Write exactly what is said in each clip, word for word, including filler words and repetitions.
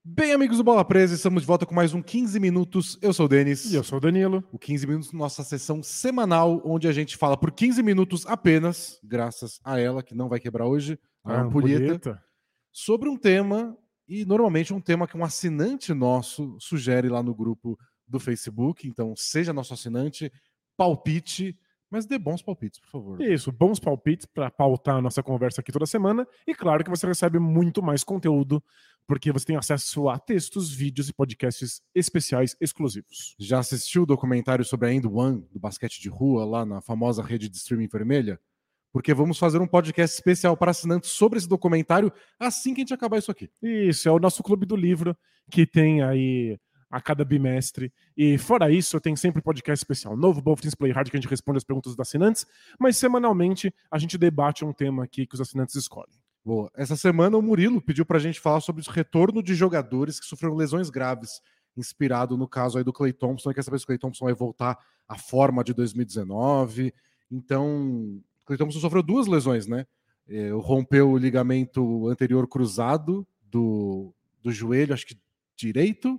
Bem, amigos do Bola Presa, estamos de volta com mais um quinze minutos. Eu sou o Denis. E eu sou o Danilo. O quinze minutos, nossa sessão semanal, onde a gente fala por quinze minutos apenas, graças a ela, que não vai quebrar hoje, a A ampulheta, ampulheta. sobre um tema, e normalmente um tema que um assinante nosso sugere lá no grupo do Facebook. Então, seja nosso assinante, palpite, mas dê bons palpites, por favor. Isso, bons palpites para pautar a nossa conversa aqui toda semana. E claro que você recebe muito mais conteúdo, porque você tem acesso a textos, vídeos e podcasts especiais exclusivos. Já assistiu o documentário sobre a End One, do basquete de rua, lá na famosa rede de streaming vermelha? Porque vamos fazer um podcast especial para assinantes sobre esse documentário assim que a gente acabar isso aqui. Isso, é o nosso Clube do Livro, que tem aí a cada bimestre. E fora isso, tem sempre podcast especial novo, Both Teams Play Hard, que a gente responde as perguntas dos assinantes, mas semanalmente a gente debate um tema aqui que os assinantes escolhem. Boa. Essa semana o Murilo pediu pra gente falar sobre o retorno de jogadores que sofreram lesões graves, inspirado no caso aí do Klay Thompson. Ele quer saber se o Klay Thompson vai voltar à forma de dois mil e dezenove. Então, o Klay Thompson sofreu duas lesões, né? É, rompeu o ligamento anterior cruzado do, do joelho, acho que direito,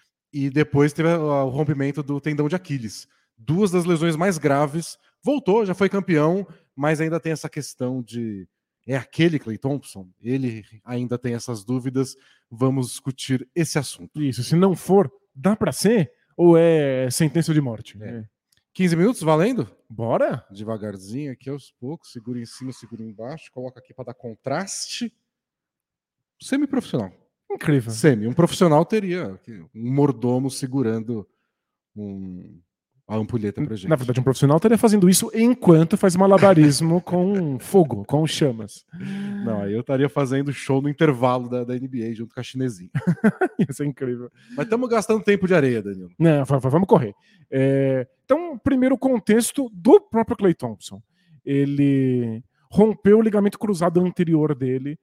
e depois teve o rompimento do tendão de Aquiles. Duas das lesões mais graves. Voltou, já foi campeão, mas ainda tem essa questão de é aquele Klay Thompson? Ele ainda tem essas dúvidas. Vamos discutir esse assunto. Isso, se não for, dá pra ser? Ou é sentença de morte? É. É. quinze minutos, valendo? Bora? Devagarzinho aqui aos poucos. Segura em cima, segura embaixo. Coloca aqui para dar contraste. Semi-profissional. Incrível. Semi. Um profissional teria um mordomo segurando um... a ampulheta pra gente. Na verdade, um profissional estaria fazendo isso enquanto faz malabarismo com fogo, com chamas. Não, aí eu estaria fazendo show no intervalo da, da N B A junto com a chinesinha. Isso é incrível. Mas estamos gastando tempo de areia, Danilo. Não, vamos correr. É, então, primeiro contexto do próprio Klay Thompson. Ele rompeu o ligamento cruzado anterior dele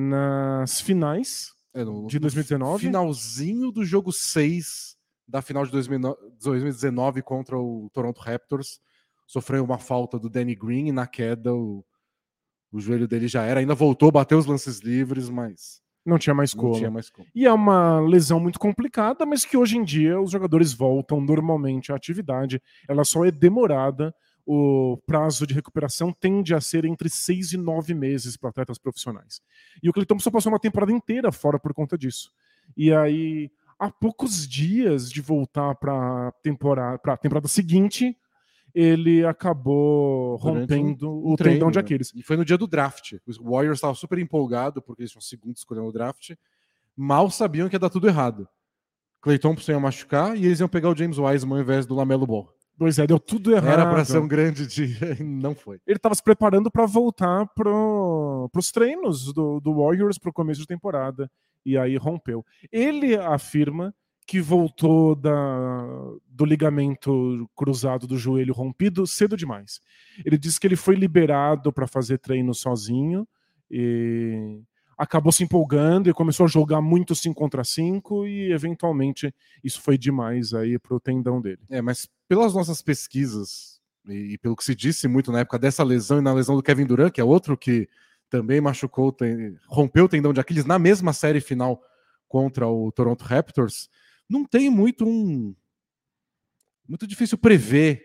nas finais é, no, de dois mil e dezenove. Finalzinho do jogo seis da final de dois mil e dezenove contra o Toronto Raptors. Sofreu uma falta do Danny Green e na queda o, o joelho dele já era. Ainda voltou, bateu os lances livres, mas não tinha mais não como. Tinha mais como. E é uma lesão muito complicada, mas que hoje em dia os jogadores voltam normalmente à atividade. Ela só é demorada. O prazo de recuperação tende a ser entre seis e nove meses para atletas profissionais. E o Klay Thompson passou uma temporada inteira fora por conta disso. E aí, há poucos dias de voltar para temporada, para a temporada seguinte, ele acabou Durante rompendo um, um o treino, tendão de Aquiles. E foi no dia do draft. O Warriors estava super empolgado, porque eles tinham segundo escolhendo o draft. Mal sabiam que ia dar tudo errado. Klay Thompson ia machucar e eles iam pegar o James Wiseman ao invés do LaMelo Ball. Pois é, deu tudo errado. Era para ser um grande dia e não foi. Ele estava se preparando para voltar para os treinos do, do Warriors para o começo de temporada. E aí rompeu. Ele afirma que voltou da, do ligamento cruzado do joelho rompido cedo demais. Ele disse que ele foi liberado para fazer treino sozinho e acabou se empolgando e começou a jogar muito cinco contra cinco e eventualmente isso foi demais aí pro tendão dele. É, mas pelas nossas pesquisas e, e pelo que se disse muito na época dessa lesão e na lesão do Kevin Durant, que é outro que também machucou, tem, rompeu o tendão de Aquiles na mesma série final contra o Toronto Raptors, não tem muito um... muito difícil prever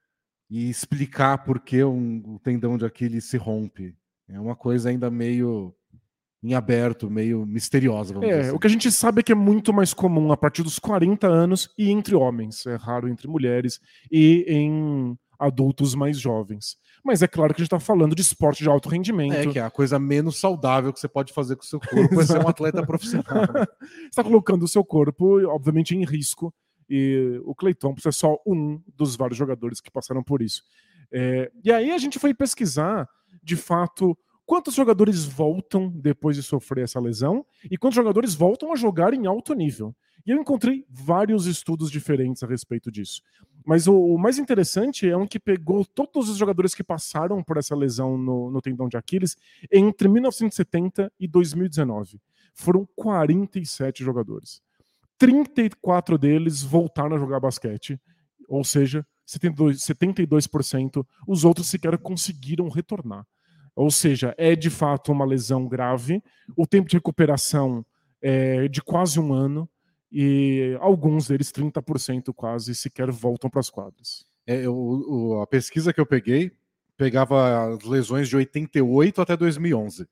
e explicar por que um, o tendão de Aquiles se rompe. É uma coisa ainda meio em aberto, meio misteriosa, vamos é, dizer assim. O que a gente sabe é que é muito mais comum a partir dos quarenta anos e entre homens. É raro entre mulheres e em adultos mais jovens. Mas é claro que a gente está falando de esporte de alto rendimento. É, que é a coisa menos saudável que você pode fazer com o seu corpo é ser um atleta profissional. Né? Você está colocando o seu corpo, obviamente, em risco. E o Klay Thompson é só um dos vários jogadores que passaram por isso. É, e aí a gente foi pesquisar, de fato, quantos jogadores voltam depois de sofrer essa lesão e quantos jogadores voltam a jogar em alto nível. E eu encontrei vários estudos diferentes a respeito disso. Mas o, o mais interessante é um que pegou todos os jogadores que passaram por essa lesão no, no tendão de Aquiles entre mil novecentos e setenta e dois mil e dezenove. Foram quarenta e sete jogadores. trinta e quatro deles voltaram a jogar basquete, ou seja, setenta e dois por cento. Os outros sequer conseguiram retornar. Ou seja, é de fato uma lesão grave. O tempo de recuperação é, de quase um ano, e alguns deles, trinta por cento quase, sequer voltam para as quadras. É, eu, o, a pesquisa que eu peguei pegava as lesões de oitenta e oito até dois mil e onze.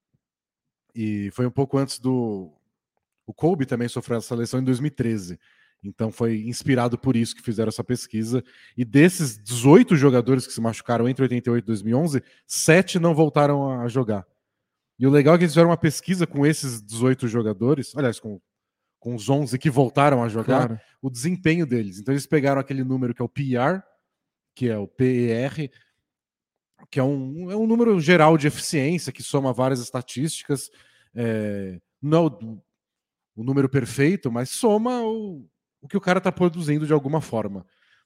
E foi um pouco antes do... O Kobe também sofreu essa lesão em dois mil e treze. Então foi inspirado por isso que fizeram essa pesquisa. E desses dezoito jogadores que se machucaram entre oitenta e oito e dois mil e onze, sete não voltaram a jogar. E o legal é que eles fizeram uma pesquisa com esses dezoito jogadores, aliás, com, com os onze que voltaram a jogar, claro, o desempenho deles. Então eles pegaram aquele número que é o P E R, que é o P E R, que é um, é um número geral de eficiência que soma várias estatísticas. É, não o número perfeito, mas soma o, o que o cara está produzindo de alguma forma.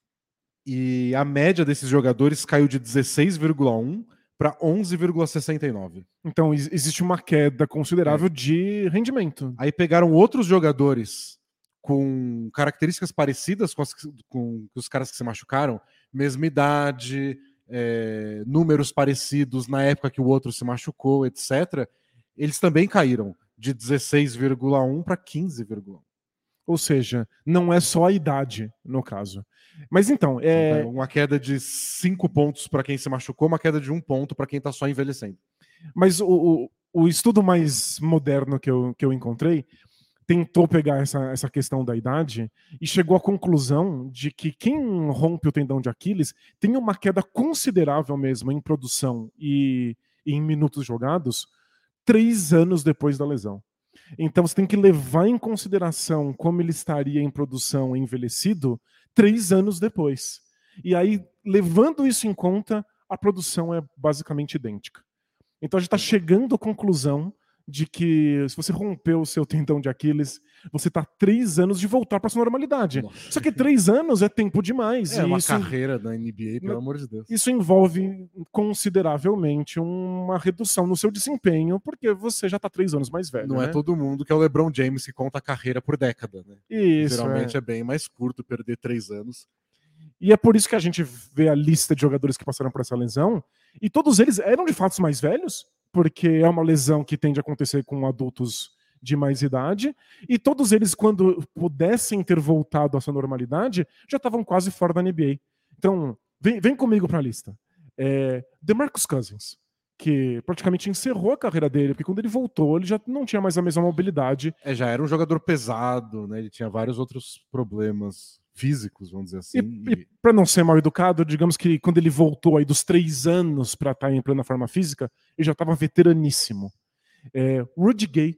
E a média desses jogadores caiu de dezesseis vírgula um para onze vírgula sessenta e nove. Então existe uma queda considerável é. de rendimento. Aí pegaram outros jogadores com características parecidas com, as, com os caras que se machucaram, mesma idade, é, números parecidos na época que o outro se machucou, etcétera. Eles também caíram de dezesseis vírgula um para quinze vírgula um. Ou seja, não é só a idade, no caso. Mas então, é... uma queda de cinco pontos para quem se machucou, uma queda de um ponto para quem está só envelhecendo. Mas o, o, o estudo mais moderno que eu, que eu encontrei tentou pegar essa, essa questão da idade e chegou à conclusão de que quem rompe o tendão de Aquiles tem uma queda considerável mesmo em produção e, e em minutos jogados três anos depois da lesão. Então você tem que levar em consideração como ele estaria em produção envelhecido três anos depois. E aí, levando isso em conta, a produção é basicamente idêntica. Então a gente está chegando à conclusão de que se você rompeu o seu tendão de Aquiles, você está três anos de voltar para sua normalidade. Nossa. Só que três anos é tempo demais. É e uma isso, carreira da N B A, pelo amor de Deus. Isso envolve consideravelmente uma redução no seu desempenho, porque você já está três anos mais velho. Não né? é todo mundo que é o LeBron James que conta a carreira por década. Né? Isso, Geralmente é. é bem mais curto perder três anos. E é por isso que a gente vê a lista de jogadores que passaram por essa lesão, e todos eles eram de fato mais velhos, porque é uma lesão que tende a acontecer com adultos de mais idade, e todos eles, quando pudessem ter voltado à sua normalidade, já estavam quase fora da N B A. Então, vem, vem comigo para a lista. É, DeMarcus Cousins, que praticamente encerrou a carreira dele, porque quando ele voltou, ele já não tinha mais a mesma mobilidade. É, já era um jogador pesado, né? Ele tinha vários outros problemas físicos, vamos dizer assim. E, e para não ser mal educado, digamos que quando ele voltou aí dos três anos para estar em plena forma física, ele já estava veteraníssimo. É, Rudy Gay,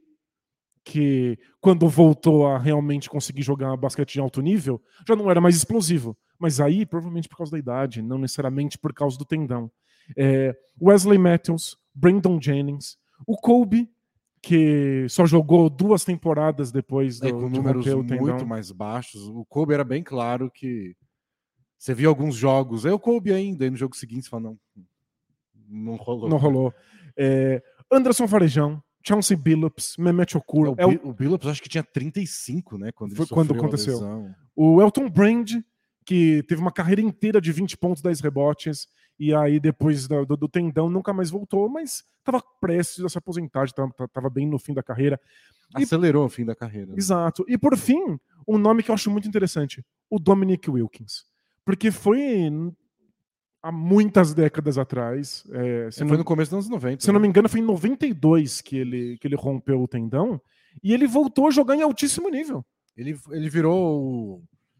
que quando voltou a realmente conseguir jogar basquete de alto nível, já não era mais explosivo. Mas aí, provavelmente por causa da idade, não necessariamente por causa do tendão. É, Wesley Matthews, Brandon Jennings, o Kobe, que só jogou duas temporadas depois do, é, com de números romper o tendão. muito mais baixos. O Kobe era bem claro que você via alguns jogos, é o Kobe ainda, e no jogo seguinte você fala, não, não rolou. Não rolou. É, Anderson Varejão, Chauncey Billups, Mehmet Okur. É, o, El... o Billups acho que tinha trinta e cinco, né? Quando, Foi ele quando aconteceu. O Elton Brand, que teve uma carreira inteira de vinte pontos, dez rebotes, e aí depois do, do, do tendão nunca mais voltou, mas estava prestes a se aposentar, estava bem no fim da carreira. Acelerou e... o fim da carreira. Né? Exato. E por fim, um nome que eu acho muito interessante, o Dominic Wilkins. Porque foi há muitas décadas atrás. É, foi não, no começo dos anos noventa. Se né? não me engano, foi em noventa e dois que ele, que ele rompeu o tendão, e ele voltou a jogar em altíssimo nível. Ele, ele virou o,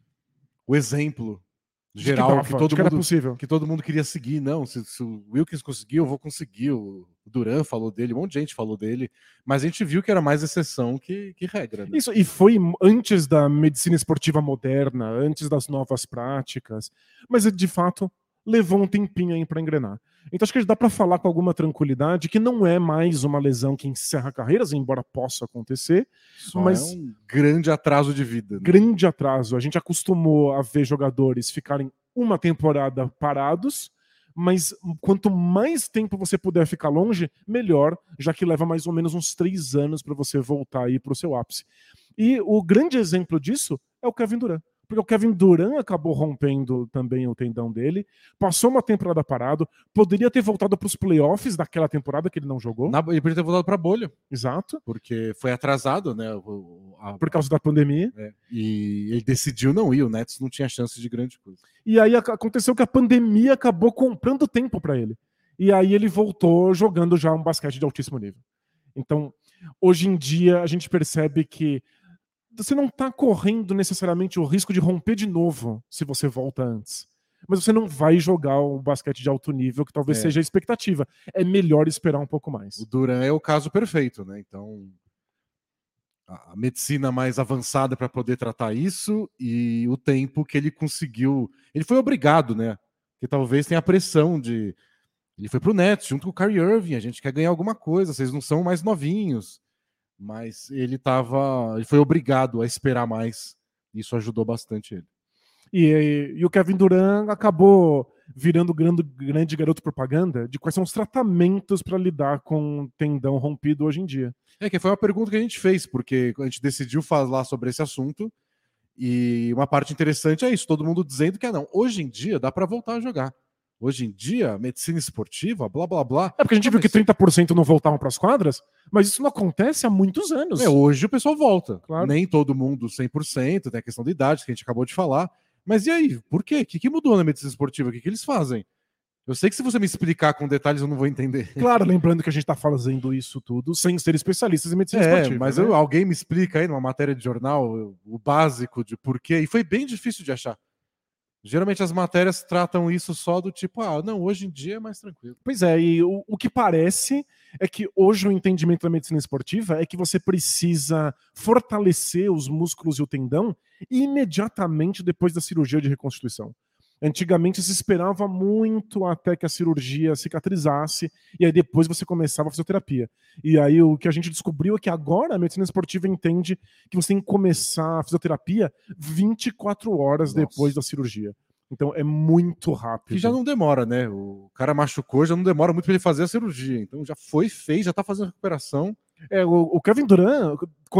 o exemplo geral que, dava, que, todo que, mundo, possível. que todo mundo queria seguir. Não, se, se o Wilkins conseguiu, eu vou conseguir. O Duran falou dele, um monte de gente falou dele, mas a gente viu que era mais exceção que, que regra. Né? Isso, e foi antes da medicina esportiva moderna, antes das novas práticas, mas de fato levou um tempinho aí para engrenar. Então acho que dá para falar com alguma tranquilidade que não é mais uma lesão que encerra carreiras, embora possa acontecer. Só mas é um grande atraso de vida. Né? Grande atraso. A gente acostumou a ver jogadores ficarem uma temporada parados, mas quanto mais tempo você puder ficar longe, melhor, já que leva mais ou menos uns três anos para você voltar aí para o seu ápice. E o grande exemplo disso é o Kevin Durant. Porque o Kevin Durant acabou rompendo também o tendão dele, passou uma temporada parado, poderia ter voltado para os playoffs daquela temporada que ele não jogou. Na, ele poderia ter voltado para a bolha. Exato. Porque foi atrasado, né? O, a, Por causa da pandemia. É, e ele decidiu não ir, o Nets não tinha chance de grande coisa. E aí aconteceu que a pandemia acabou comprando tempo para ele. E aí ele voltou jogando já um basquete de altíssimo nível. Então, hoje em dia, a gente percebe que você não está correndo necessariamente o risco de romper de novo se você volta antes. Mas você não vai jogar o basquete de alto nível, que talvez é. seja a expectativa. É melhor esperar um pouco mais. O Durant é o caso perfeito, né? Então, a medicina mais avançada para poder tratar isso e o tempo que ele conseguiu. Ele foi obrigado, né? Que talvez tenha a pressão de. Ele foi pro Nets junto com o Kyrie Irving. A gente quer ganhar alguma coisa, vocês não são mais novinhos. Mas ele tava. Ele foi obrigado a esperar mais. Isso ajudou bastante ele. E, e, e o Kevin Durant acabou virando grande, grande garoto propaganda de quais são os tratamentos para lidar com tendão rompido hoje em dia. É que foi uma pergunta que a gente fez, porque a gente decidiu falar sobre esse assunto. E uma parte interessante é isso: todo mundo dizendo que ah, não, hoje em dia dá para voltar a jogar. Hoje em dia, medicina esportiva, blá blá blá. É porque a gente viu que trinta por cento não voltavam para as quadras, mas isso não acontece há muitos anos. É, hoje o pessoal volta. Claro. Nem todo mundo cem por cento, tem a questão de idade que a gente acabou de falar. Mas e aí? Por quê? O que, que mudou na medicina esportiva? O que, que eles fazem? Eu sei que se você me explicar com detalhes eu não vou entender. Claro, lembrando que a gente está fazendo isso tudo sem ser especialistas em medicina é, esportiva. Mas né? eu, alguém me explica aí numa matéria de jornal o básico de porquê. E foi bem difícil de achar. Geralmente as matérias tratam isso só do tipo, ah, não, hoje em dia é mais tranquilo. Pois é, e o, o que parece é que hoje o entendimento da medicina esportiva é que você precisa fortalecer os músculos e o tendão imediatamente depois da cirurgia de reconstituição. Antigamente se esperava muito até que a cirurgia cicatrizasse e aí depois você começava a fisioterapia. E aí o que a gente descobriu é que agora a medicina esportiva entende que você tem que começar a fisioterapia vinte e quatro horas Nossa. Depois da cirurgia. Então é muito rápido. Que já não demora, né? O cara machucou, já não demora muito para ele fazer a cirurgia. Então já foi, fez, já tá fazendo recuperação. É, o, o Kevin Durant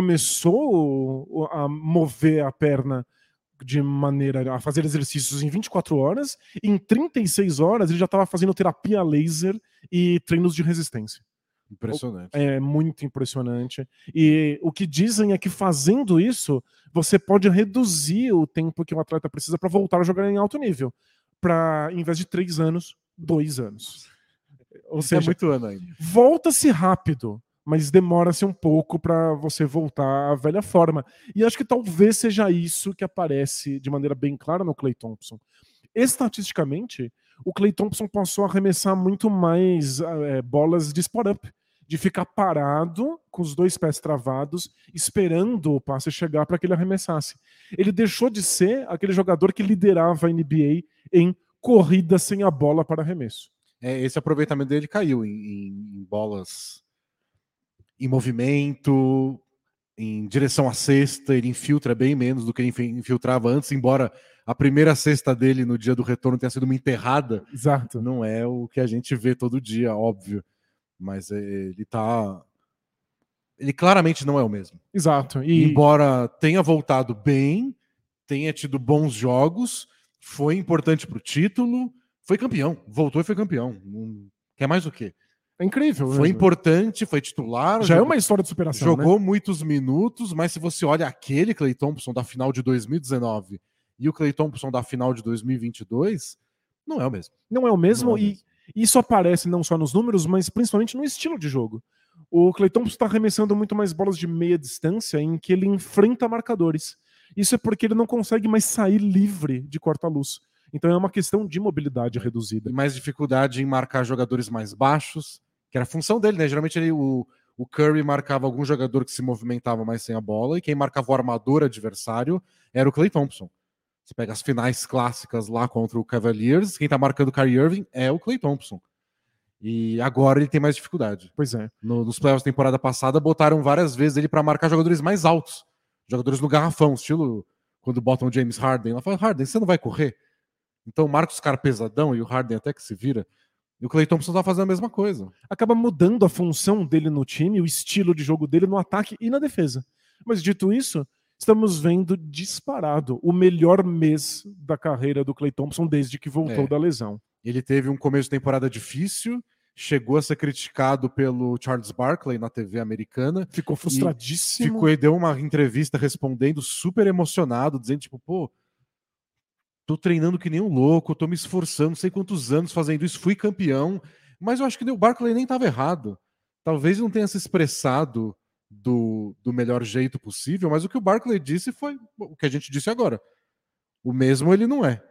começou a mover a perna de maneira a fazer exercícios em vinte e quatro horas, em trinta e seis horas ele já estava fazendo terapia laser e treinos de resistência. Impressionante. É muito impressionante. E o que dizem é que fazendo isso, você pode reduzir o tempo que o atleta precisa para voltar a jogar em alto nível. Para, em vez de três anos, dois anos. Ou seja, é muito ano ainda. Volta-se rápido, mas demora-se um pouco para você voltar à velha forma. E acho que talvez seja isso que aparece de maneira bem clara no Klay Thompson. Estatisticamente, o Klay Thompson passou a arremessar muito mais é, bolas de spot-up, de ficar parado, com os dois pés travados, esperando o passe chegar para que ele arremessasse. Ele deixou de ser aquele jogador que liderava a N B A em corrida sem a bola para arremesso. É, esse aproveitamento dele caiu em, em, em bolas em movimento, em direção à cesta, ele infiltra bem menos do que ele infiltrava antes, embora a primeira cesta dele no dia do retorno tenha sido uma enterrada. Exato. Não é o que a gente vê todo dia, óbvio. Mas ele tá... Ele claramente não é o mesmo. Exato. E... Embora tenha voltado bem, tenha tido bons jogos, foi importante pro título, foi campeão. Voltou e foi campeão. Não... Quer mais o quê? É incrível. Foi mesmo. Importante, foi titular. Já jogou, é uma história de superação, Jogou né? muitos minutos, mas se você olha aquele Klay Thompson da final de dois mil e dezenove e o Klay Thompson da final de dois mil e vinte e dois, não é o mesmo. Não é o mesmo, não é o e mesmo. Isso aparece não só nos números, mas principalmente no estilo de jogo. O Klay Thompson está arremessando muito mais bolas de meia distância em que ele enfrenta marcadores. Isso é porque ele não consegue mais sair livre de corta-luz. Então é uma questão de mobilidade reduzida. E mais dificuldade em marcar jogadores mais baixos, que era a função dele, né? Geralmente ele, o, o Curry marcava algum jogador que se movimentava mais sem a bola, e quem marcava o armador adversário era o Klay Thompson. Você pega as finais clássicas lá contra o Cavaliers, quem tá marcando o Kyrie Irving é o Klay Thompson. E agora ele tem mais dificuldade. Pois é. No, nos playoffs da temporada passada, botaram várias vezes ele para marcar jogadores mais altos. Jogadores no garrafão, estilo quando botam o James Harden. Ela fala, Harden, você não vai correr? Então marca os caras pesadão e o Harden até que se vira. E o Klay Thompson tá fazendo a mesma coisa. Acaba mudando a função dele no time, o estilo de jogo dele no ataque e na defesa. Mas dito isso, estamos vendo disparado o melhor mês da carreira do Klay Thompson desde que voltou É. da lesão. Ele teve um começo de temporada difícil, chegou a ser criticado pelo Charles Barkley na T V americana. Ficou frustradíssimo. Ficou e deu uma entrevista respondendo super emocionado, dizendo tipo, pô, tô treinando que nem um louco, tô me esforçando, não sei quantos anos fazendo isso, fui campeão. Mas eu acho que o Barkley nem estava errado. Talvez não tenha se expressado do, do melhor jeito possível, mas o que o Barkley disse foi o que a gente disse agora. O mesmo ele não é.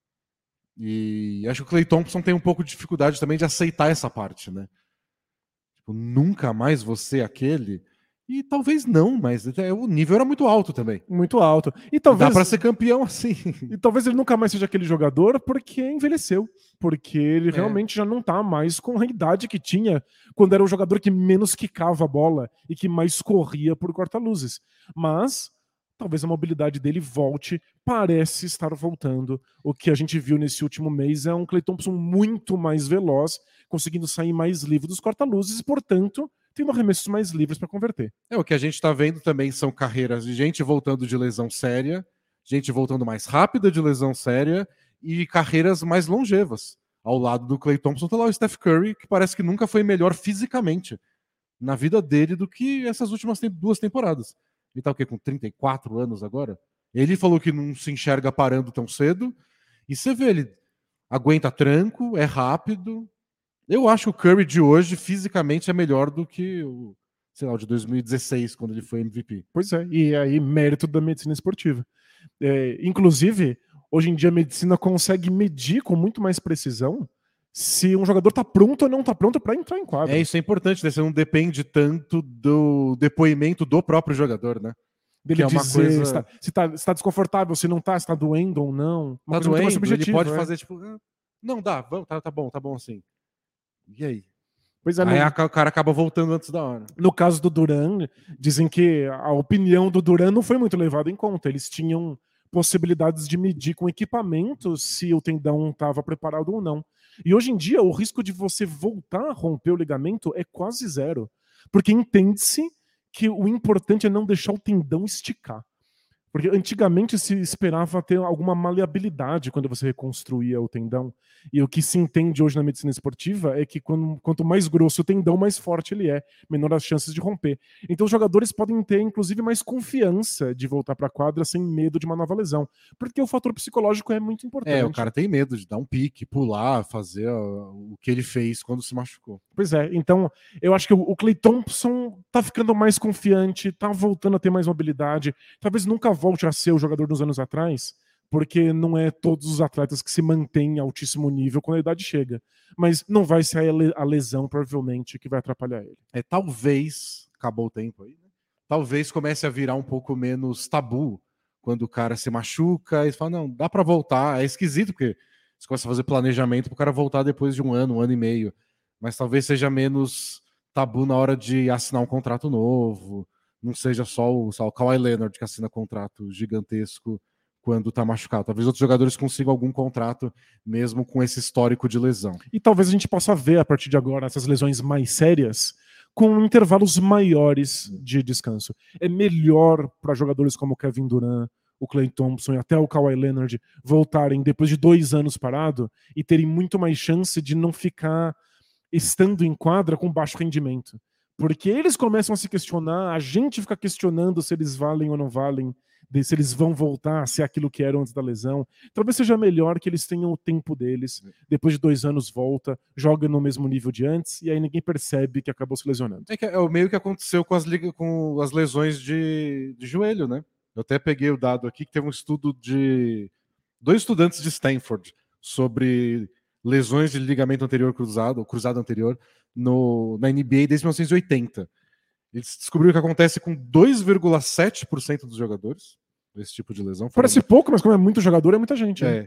E acho que o Klay Thompson tem um pouco de dificuldade também de aceitar essa parte, né? Tipo, nunca mais você aquele. E talvez não, mas o nível era muito alto também. Muito alto. E talvez... Dá pra ser campeão assim. E talvez ele nunca mais seja aquele jogador porque envelheceu. Porque ele é. realmente já não tá mais com a idade que tinha quando era o jogador que menos quicava a bola e que mais corria por corta-luzes. Mas talvez a mobilidade dele volte, parece estar voltando. O que a gente viu nesse último mês é um Klay Thompson muito mais veloz, conseguindo sair mais livre dos corta-luzes e, portanto, tendo arremessos mais livres para converter. É, o que a gente está vendo também são carreiras de gente voltando de lesão séria, gente voltando mais rápida de lesão séria e carreiras mais longevas. Ao lado do Klay Thompson tá lá o Steph Curry, que parece que nunca foi melhor fisicamente na vida dele do que essas últimas duas temporadas. Ele tá o quê? Com trinta e quatro anos agora? Ele falou que não se enxerga parando tão cedo. E você vê, ele aguenta tranco, é rápido. Eu acho que o Curry de hoje, fisicamente, é melhor do que o, sei lá, o de dois mil e dezesseis, quando ele foi M V P. Pois é, e aí mérito da medicina esportiva. É, inclusive, hoje em dia a medicina consegue medir com muito mais precisão se um jogador tá pronto ou não tá pronto para entrar em quadra. É, isso é importante, né? Você não depende tanto do depoimento do próprio jogador, né? Dele que é uma dizer coisa... se, tá, se, tá, se tá desconfortável, se não tá, se tá doendo ou não. Uma tá doendo, ele pode é. fazer tipo, não dá, vamos, tá, tá bom, tá bom assim. E aí? Pois é, aí no... o cara acaba voltando antes da hora. No caso do Duran, dizem que a opinião do Duran não foi muito levada em conta. Eles tinham possibilidades de medir com equipamento se o tendão estava preparado ou não. E hoje em dia, o risco de você voltar a romper o ligamento é quase zero. Porque entende-se que o importante é não deixar o tendão esticar. Porque antigamente se esperava ter alguma maleabilidade quando você reconstruía o tendão. E o que se entende hoje na medicina esportiva é que quando, quanto mais grosso o tendão, mais forte ele é, menor as chances de romper. Então os jogadores podem ter, inclusive, mais confiança de voltar para a quadra sem medo de uma nova lesão. Porque o fator psicológico é muito importante. É, o cara tem medo de dar um pique, pular, fazer o que ele fez quando se machucou. Pois é, então eu acho que o Klay Thompson tá ficando mais confiante, tá voltando a ter mais mobilidade, talvez nunca volte a ser o jogador dos anos atrás, porque não é todos os atletas que se mantêm em altíssimo nível quando a idade chega. Mas não vai ser a lesão, provavelmente, que vai atrapalhar ele. É, talvez, acabou o tempo aí, né? Talvez comece a virar um pouco menos tabu quando o cara se machuca e fala, não, dá para voltar. É esquisito, porque você começa a fazer planejamento pro cara voltar depois de um ano, um ano e meio. Mas talvez seja menos tabu na hora de assinar um contrato novo. Não seja só o, só o Kawhi Leonard que assina contrato gigantesco quando tá machucado. Talvez outros jogadores consigam algum contrato mesmo com esse histórico de lesão. E talvez a gente possa ver, a partir de agora, essas lesões mais sérias com intervalos maiores de descanso. É melhor para jogadores como o Kevin Durant, o Klay Thompson e até o Kawhi Leonard voltarem depois de dois anos parado e terem muito mais chance de não ficar estando em quadra com baixo rendimento. Porque eles começam a se questionar, a gente fica questionando se eles valem ou não valem, se eles vão voltar a ser aquilo que eram antes da lesão. Talvez seja melhor que eles tenham o tempo deles, depois de dois anos volta, joga no mesmo nível de antes, e aí ninguém percebe que acabou se lesionando. É, que é o meio que aconteceu com as, com as lesões de, de joelho, né? Eu até peguei o dado aqui que teve um estudo de dois estudantes de Stanford sobre lesões de ligamento anterior cruzado, ou cruzado anterior, no, na N B A desde mil novecentos e oitenta. Eles descobriram que acontece com dois vírgula sete por cento dos jogadores, esse tipo de lesão. Parece falando... pouco, mas como é muito jogador, é muita gente. É. Né?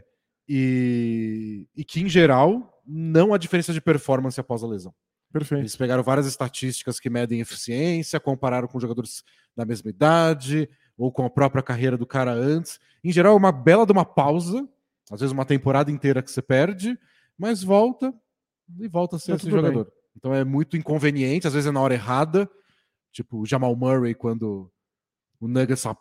E, e que, em geral, não há diferença de performance após a lesão. Perfeito. Eles pegaram várias estatísticas que medem eficiência, compararam com jogadores da mesma idade, ou com a própria carreira do cara antes. Em geral, é uma bela de uma pausa, às vezes uma temporada inteira que você perde, mas volta e volta a ser tá esse jogador. Bem. Então é muito inconveniente, às vezes é na hora errada, tipo o Jamal Murray, quando o Nuggets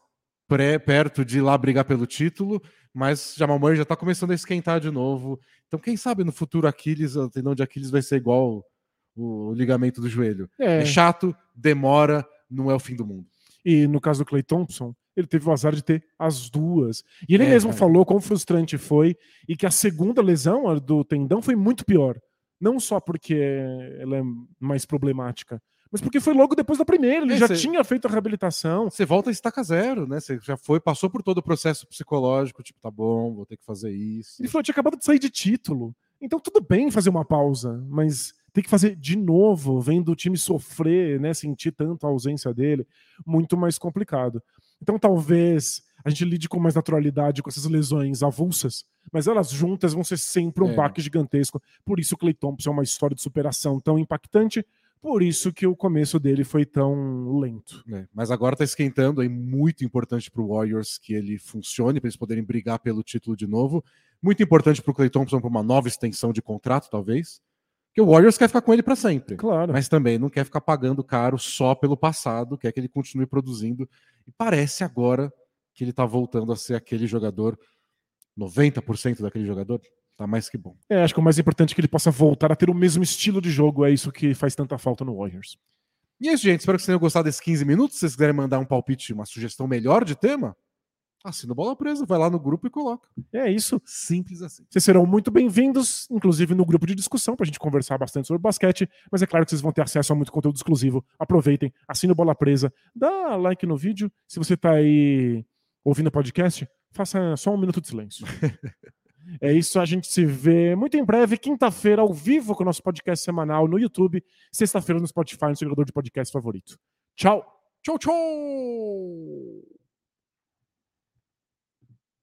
pré, perto de ir lá brigar pelo título, mas Jamal Murray já tá começando a esquentar de novo. Então, quem sabe no futuro Aquiles, o tendão de Aquiles vai ser igual o, o ligamento do joelho. É. é chato, demora, não é o fim do mundo. E no caso do Klay Thompson, ele teve o azar de ter as duas. E ele é, mesmo cara. falou quão frustrante foi e que a segunda lesão, a do tendão, foi muito pior. Não só porque ela é mais problemática, mas porque foi logo depois da primeira. Ele é, já cê, tinha feito a reabilitação. Você volta a estaca zero, né? Você já foi, passou por todo o processo psicológico, tipo, tá bom, vou ter que fazer isso. Ele falou, tinha acabado de sair de título. Então tudo bem fazer uma pausa, mas tem que fazer de novo, vendo o time sofrer, né? Sentir tanto a ausência dele, muito mais complicado. Então talvez a gente lide com mais naturalidade com essas lesões avulsas, mas elas juntas vão ser sempre um é. baque gigantesco. Por isso o Klay Thompson é uma história de superação tão impactante, por isso que o começo dele foi tão lento. É, mas agora tá esquentando, é muito importante pro Warriors que ele funcione, para eles poderem brigar pelo título de novo. Muito importante pro Klay Thompson para uma nova extensão de contrato, talvez. Porque o Warriors quer ficar com ele para sempre. Claro. Mas também não quer ficar pagando caro só pelo passado, quer que ele continue produzindo. E parece agora que ele tá voltando a ser aquele jogador, noventa por cento daquele jogador. Tá mais que bom. É, acho que o mais importante é que ele possa voltar a ter o mesmo estilo de jogo. É isso que faz tanta falta no Warriors. E é isso, gente. Espero que vocês tenham gostado desses quinze minutos. Se vocês quiserem mandar um palpite, uma sugestão melhor de tema, assina o Bola Presa, vai lá no grupo e coloca. É isso. Simples assim. Vocês serão muito bem-vindos, inclusive no grupo de discussão, pra gente conversar bastante sobre basquete. Mas é claro que vocês vão ter acesso a muito conteúdo exclusivo. Aproveitem, assine o Bola Presa, dá like no vídeo. Se você tá aí ouvindo o podcast, faça só um minuto de silêncio. É isso, a gente se vê muito em breve, quinta-feira, ao vivo, com o nosso podcast semanal no YouTube, sexta-feira no Spotify, no seu agregador de podcast favorito. Tchau! Tchau, tchau!